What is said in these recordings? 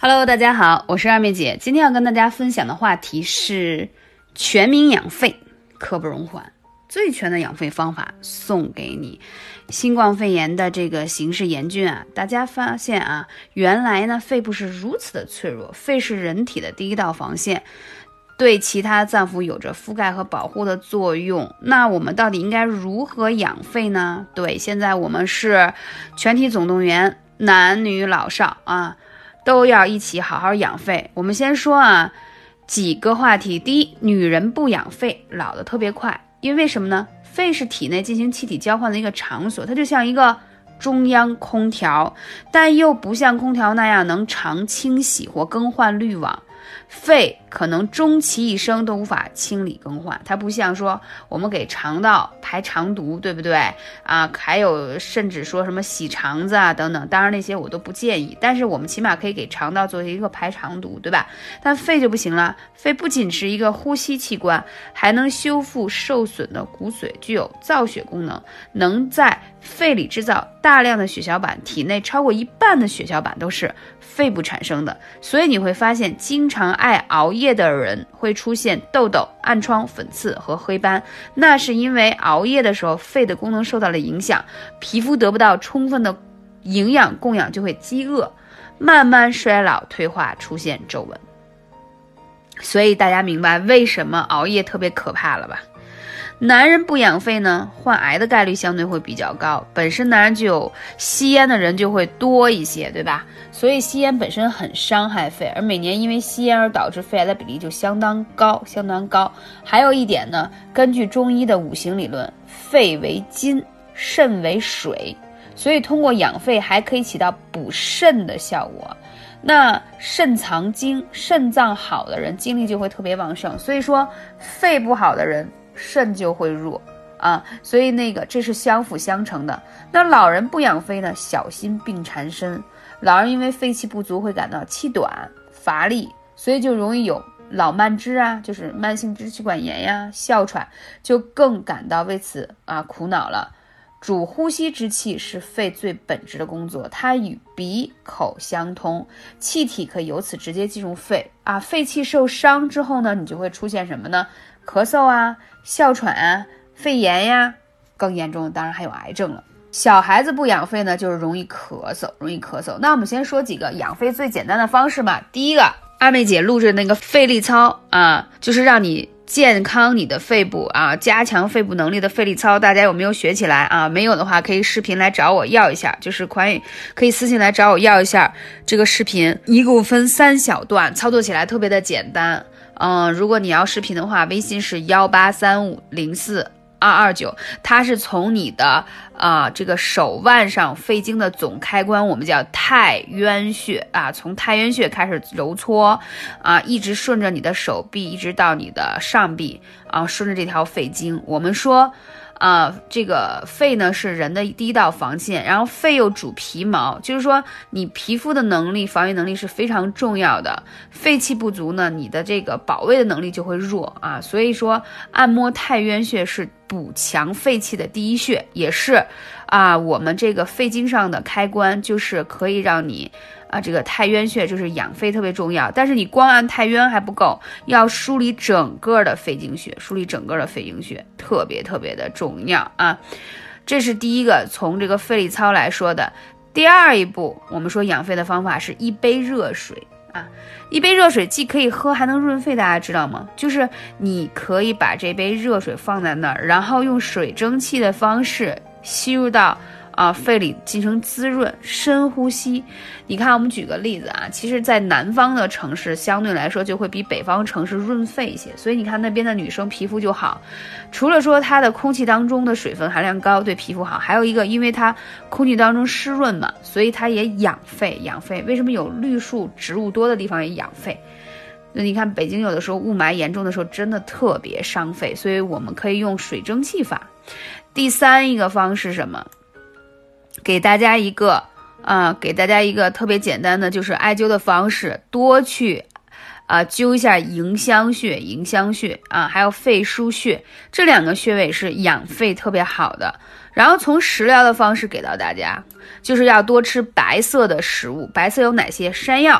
Hello， 大家好，我是二妹姐。今天要跟大家分享的话题是全民养肺，刻不容缓。最全的养肺方法送给你。新冠肺炎的这个形势严峻啊，大家发现啊，原来呢肺部是如此的脆弱，肺是人体的第一道防线，对其他脏腑有着覆盖和保护的作用。那我们到底应该如何养肺呢？对，现在我们是全体总动员，男女老少啊，都要一起好好养肺。我们先说啊几个话题。第一，女人不养肺老得特别快，因为什么呢？肺是体内进行气体交换的一个场所，它就像一个中央空调，但又不像空调那样能常清洗或更换滤网。肺可能终其一生都无法清理更换，它不像说我们给肠道排肠毒，对不对啊？还有甚至说什么洗肠子啊等等，当然那些我都不建议，但是我们起码可以给肠道做一个排肠毒，对吧？但肺就不行了，肺不仅是一个呼吸器官，还能修复受损的骨髓，具有造血功能，能在肺里制造大量的血小板，体内超过1半的血小板都是肺部产生的。所以你会发现经常爱熬夜的人会出现痘痘、暗疮、粉刺和黑斑，那是因为熬夜的时候肺的功能受到了影响，皮肤得不到充分的营养供养，就会饥饿，慢慢衰老退化，出现皱纹。所以大家明白为什么熬夜特别可怕了吧？男人不养肺呢，患癌的概率相对会比较高，本身男人就有吸烟的人就会多一些，对吧？所以吸烟本身很伤害肺，而每年因为吸烟而导致肺癌的比例就相当高。还有一点呢，根据中医的五行理论，肺为金，肾为水，所以通过养肺还可以起到补肾的效果。那肾藏精，肾脏好的人精力就会特别旺盛，所以说肺不好的人肾就会弱啊，所以这是相辅相成的。那老人不养肺呢，小心病缠身。老人因为肺气不足会感到气短乏力，所以就容易有老慢支啊，就是慢性支气管炎呀、哮喘，就更感到为此苦恼了。主呼吸之气是肺最本质的工作，它与鼻口相通，气体可以由此直接进入肺啊。肺气受伤之后呢，你就会出现什么呢？咳嗽啊、哮喘啊、肺炎呀，更严重的当然还有癌症了。小孩子不养肺呢，就是容易咳嗽。那我们先说几个养肺最简单的方式吧。第一个，二妹姐录制那个肺力操啊，就是让你健康你的肺部啊，加强肺部能力的肺力操，大家有没有学起来啊？没有的话可以视频来找我要一下，就是可以私信来找我要一下这个视频，一共分3小段，操作起来特别的简单。如果你要视频的话，微信是183504229，它是从你的这个手腕上肺经的总开关，我们叫太渊穴啊，从太渊穴开始揉搓一直顺着你的手臂，一直到你的上臂顺着这条肺经。我们说这个肺呢是人的第一道防线，然后肺又主皮毛，就是说你皮肤的能力、防御能力是非常重要的。肺气不足呢，你的这个保卫的能力就会弱所以说按摩太渊穴是补强肺气的第一穴，也是我们这个肺经上的开关，就是可以让你这个太渊穴就是养肺特别重要。但是你光按太渊还不够，要梳理整个的肺经穴，特别特别的重要这是第一个从这个肺力操来说的。第二一步，我们说养肺的方法是一杯热水一杯热水既可以喝还能润肺，大家知道吗？就是你可以把这杯热水放在那儿，然后用水蒸气的方式吸入到肺里进行滋润，深呼吸。你看我们举个例子其实在南方的城市相对来说就会比北方城市润肺一些，所以你看那边的女生皮肤就好，除了说它的空气当中的水分含量高对皮肤好，还有一个因为它空气当中湿润嘛，所以它也养肺。为什么有绿树植物多的地方也养肺？那你看北京有的时候雾霾严重的时候真的特别伤肺，所以我们可以用水蒸气法。第三一个方式是什么？给大家一个特别简单的就是艾灸的方式，多去灸一下迎香穴还有肺腧穴，这2个穴位是养肺特别好的。然后从食疗的方式给到大家，就是要多吃白色的食物。白色有哪些？山药、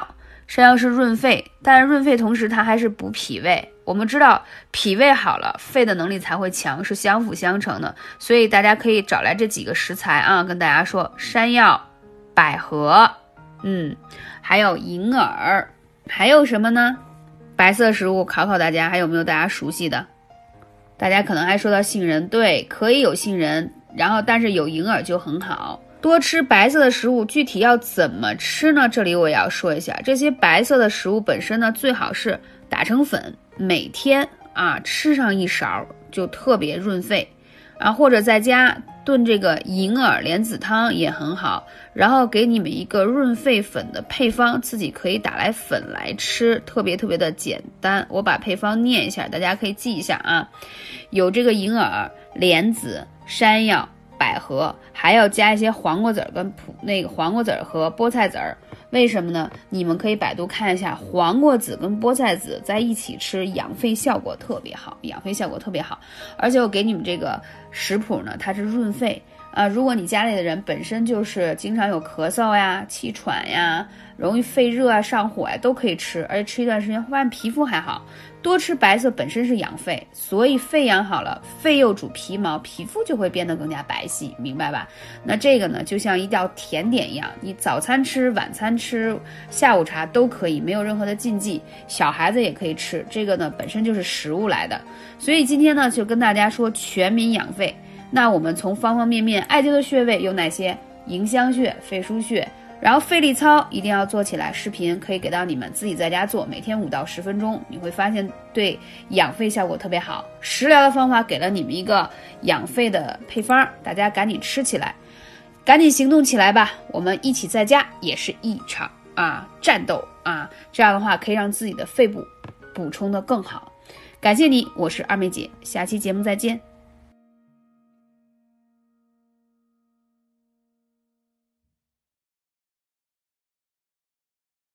山药是润肺，但是润肺同时它还是补脾胃。我们知道脾胃好了，肺的能力才会强，是相辅相成的。所以大家可以找来这几个食材啊，跟大家说：山药、百合，还有银耳，还有什么呢？白色食物考考大家，还有没有大家熟悉的？大家可能还说到杏仁，对，可以有杏仁，然后但是有银耳就很好。多吃白色的食物，具体要怎么吃呢？这里我也要说一下，这些白色的食物本身呢，最好是打成粉，每天吃上一勺就特别润肺，或者在家炖这个银耳莲子汤也很好。然后给你们一个润肺粉的配方，自己可以打来粉来吃，特别特别的简单。我把配方念一下，大家可以记一下啊。有这个银耳、莲子、山药、百合，还要加一些黄瓜籽儿跟黄瓜籽儿和菠菜籽儿。为什么呢？你们可以百度看一下，黄瓜籽跟菠菜籽在一起吃，养肺效果特别好，而且我给你们这个食谱呢，它是润肺如果你家里的人本身就是经常有咳嗽呀、气喘呀、容易肺热啊、上火呀，都可以吃，而且吃一段时间会发现皮肤还好。多吃白色本身是养肺，所以肺养好了，肺又主皮毛，皮肤就会变得更加白皙，明白吧？那这个呢，就像一道甜点一样，你早餐吃、晚餐吃、下午茶都可以，没有任何的禁忌，小孩子也可以吃。这个呢，本身就是食物来的，所以今天呢，就跟大家说全民养肺。那我们从方方面面，艾灸的穴位有哪些？迎香穴、肺腧穴，然后肺力操一定要做起来，视频可以给到你们，自己在家做，每天5到10分钟，你会发现对养肺效果特别好。食疗的方法给了你们一个养肺的配方，大家赶紧吃起来，赶紧行动起来吧！我们一起在家也是一场战斗这样的话可以让自己的肺部补充的更好。感谢你，我是二妹姐，下期节目再见。